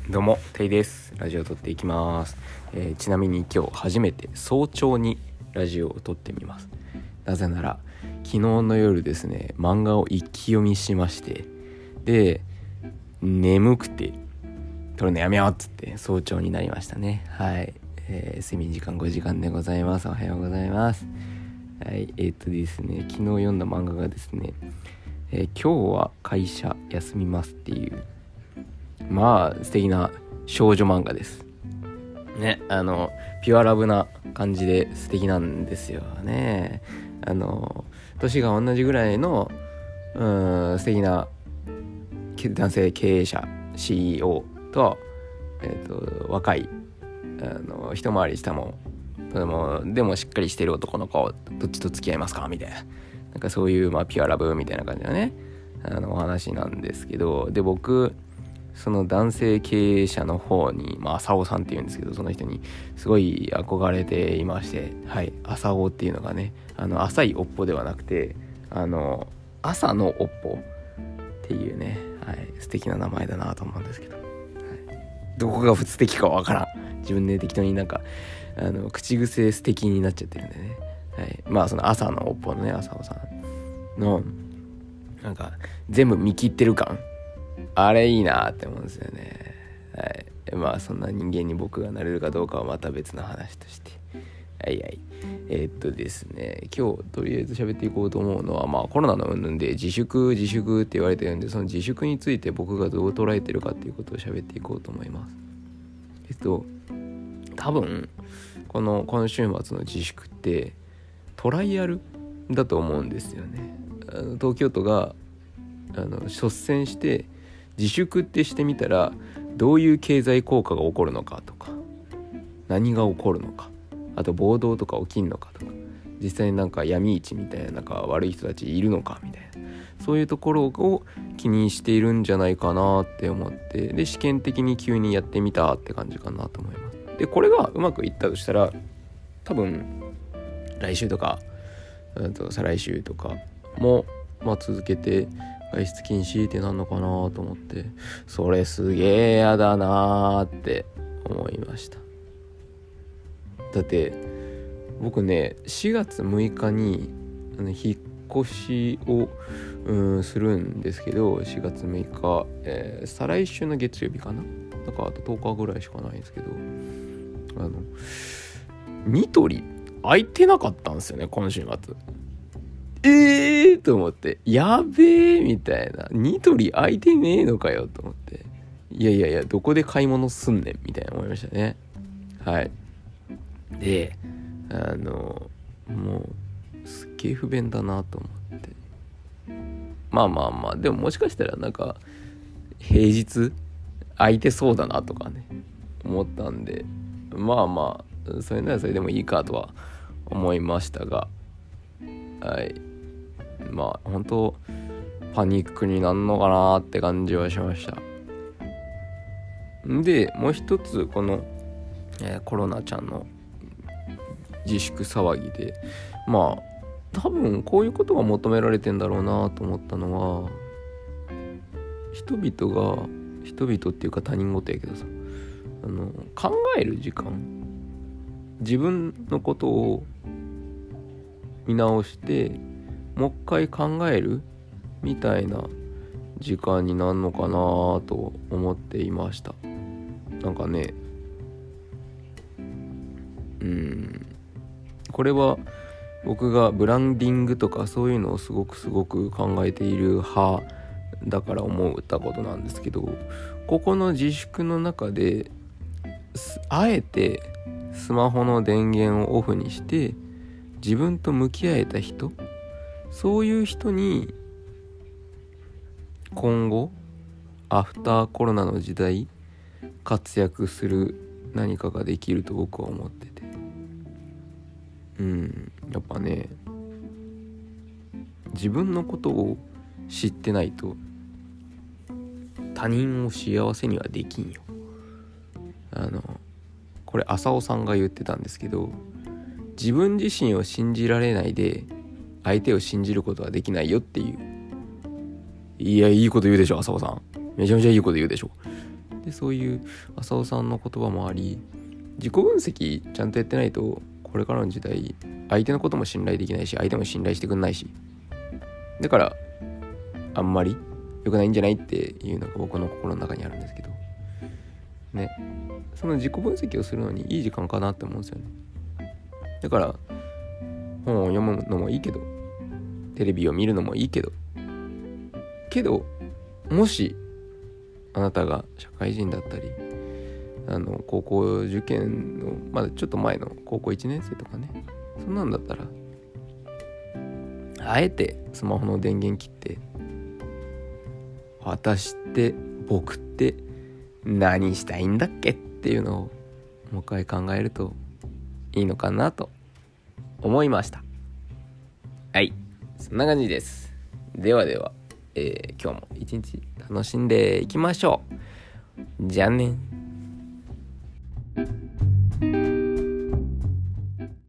どうもテイです。ラジオを撮っていきます。ちなみに今日初めて早朝にラジオを撮ってみます。なぜなら昨日の夜ですね、漫画を一気読みしまして、で眠くて撮るのやめようっつって早朝になりましたね。はい、睡眠時間5時間でございます。おはようございます。はい、ですね、昨日読んだ漫画がですね、今日は会社休みますっていう素敵な少女漫画ですね。ピュアラブな感じで素敵なんですよね。年が同じぐらいの素敵な男性経営者 CEO と、若い一回り下もでもしっかりしてる男の子どっちと付き合いますかみたいな、なんかそういうピュアラブみたいな感じのねお話なんですけど、で僕その男性経営者の方に浅尾さんっていうんですけど、その人にすごい憧れていまして、はい、浅尾っていうのがね、浅いおっぽではなくて朝のおっぽっていうね、はい、素敵な名前だなと思うんですけど、はい、どこが素敵かわからん。自分で適当になんか口癖素敵になっちゃってるんでね、はい、その朝のおっぽのね浅尾さんのなんか全部見切ってる感、あれいいなって思うんですよね。はい、そんな人間に僕がなれるかどうかはまた別の話として、ですね、今日とりあえず喋っていこうと思うのは、コロナの云々で自粛って言われてるんで、その自粛について僕がどう捉えてるかっていうことを喋っていこうと思います。多分この今週末の自粛ってトライアルだと思うんですよね。東京都が率先して自粛ってしてみたらどういう経済効果が起こるのかとか、何が起こるのか、あと暴動とか起きんのかとか、実際になんか闇市みたいな、なんか悪い人たちいるのかみたいな、そういうところを気にしているんじゃないかなって思って、で試験的に急にやってみたって感じかなと思います。でこれがうまくいったとしたら、多分来週とか再来週とかも続けて外出禁止ってなんのかなと思って、それすげえやだなーって思いました。だって僕ね、4月6日に引っ越しをするんですけど、4月6日、再来週の月曜日かな、だからあと10日ぐらいしかないんですけど、ニトリ空いてなかったんですよね、今週末。と思って、やべえみたいな、ニトリ空いてねえのかよと思って、いやどこで買い物すんねんみたいな思いましたね。はい。でもうすっげえ不便だなと思って、でももしかしたらなんか平日空いてそうだなとかね思ったんで、それならそれでもいいかとは思いましたが、はい、本当パニックになんのかなって感じはしました。でもう一つこの、コロナちゃんの自粛騒ぎで多分こういうことが求められてんだろうなと思ったのは、人々っていうか他人事やけどさ、考える時間、自分のことを見直してもう一回考えるみたいな時間になるのかなと思っていました。なんかね、これは僕がブランディングとかそういうのをすごく考えている派だから思ったことなんですけど、ここの自粛の中であえてスマホの電源をオフにして自分と向き合えた人、そういう人に今後アフターコロナの時代活躍する何かができると僕は思ってて、やっぱね、自分のことを知ってないと他人を幸せにはできんよ。これ浅尾さんが言ってたんですけど、自分自身を信じられないで相手を信じることはできないよっていう。いや、いいこと言うでしょ浅尾さん、めちゃめちゃいいこと言うでしょ。 でそういう浅尾さんの言葉もあり、自己分析ちゃんとやってないとこれからの時代相手のことも信頼できないし、相手も信頼してくんないし、だからあんまり良くないんじゃないっていうのが僕の心の中にあるんですけどね。その自己分析をするのにいい時間かなって思うんですよね。だから本を読むのもいいけど、テレビを見るのもいいけど、もしあなたが社会人だったり高校受験のまだちょっと前の高校1年生とかね、そんなんだったらあえてスマホの電源切って、僕って何したいんだっけっていうのをもう一回考えるといいのかなと思いました。はい、そんな感じです。では、今日も一日楽しんでいきましょう。じゃあね。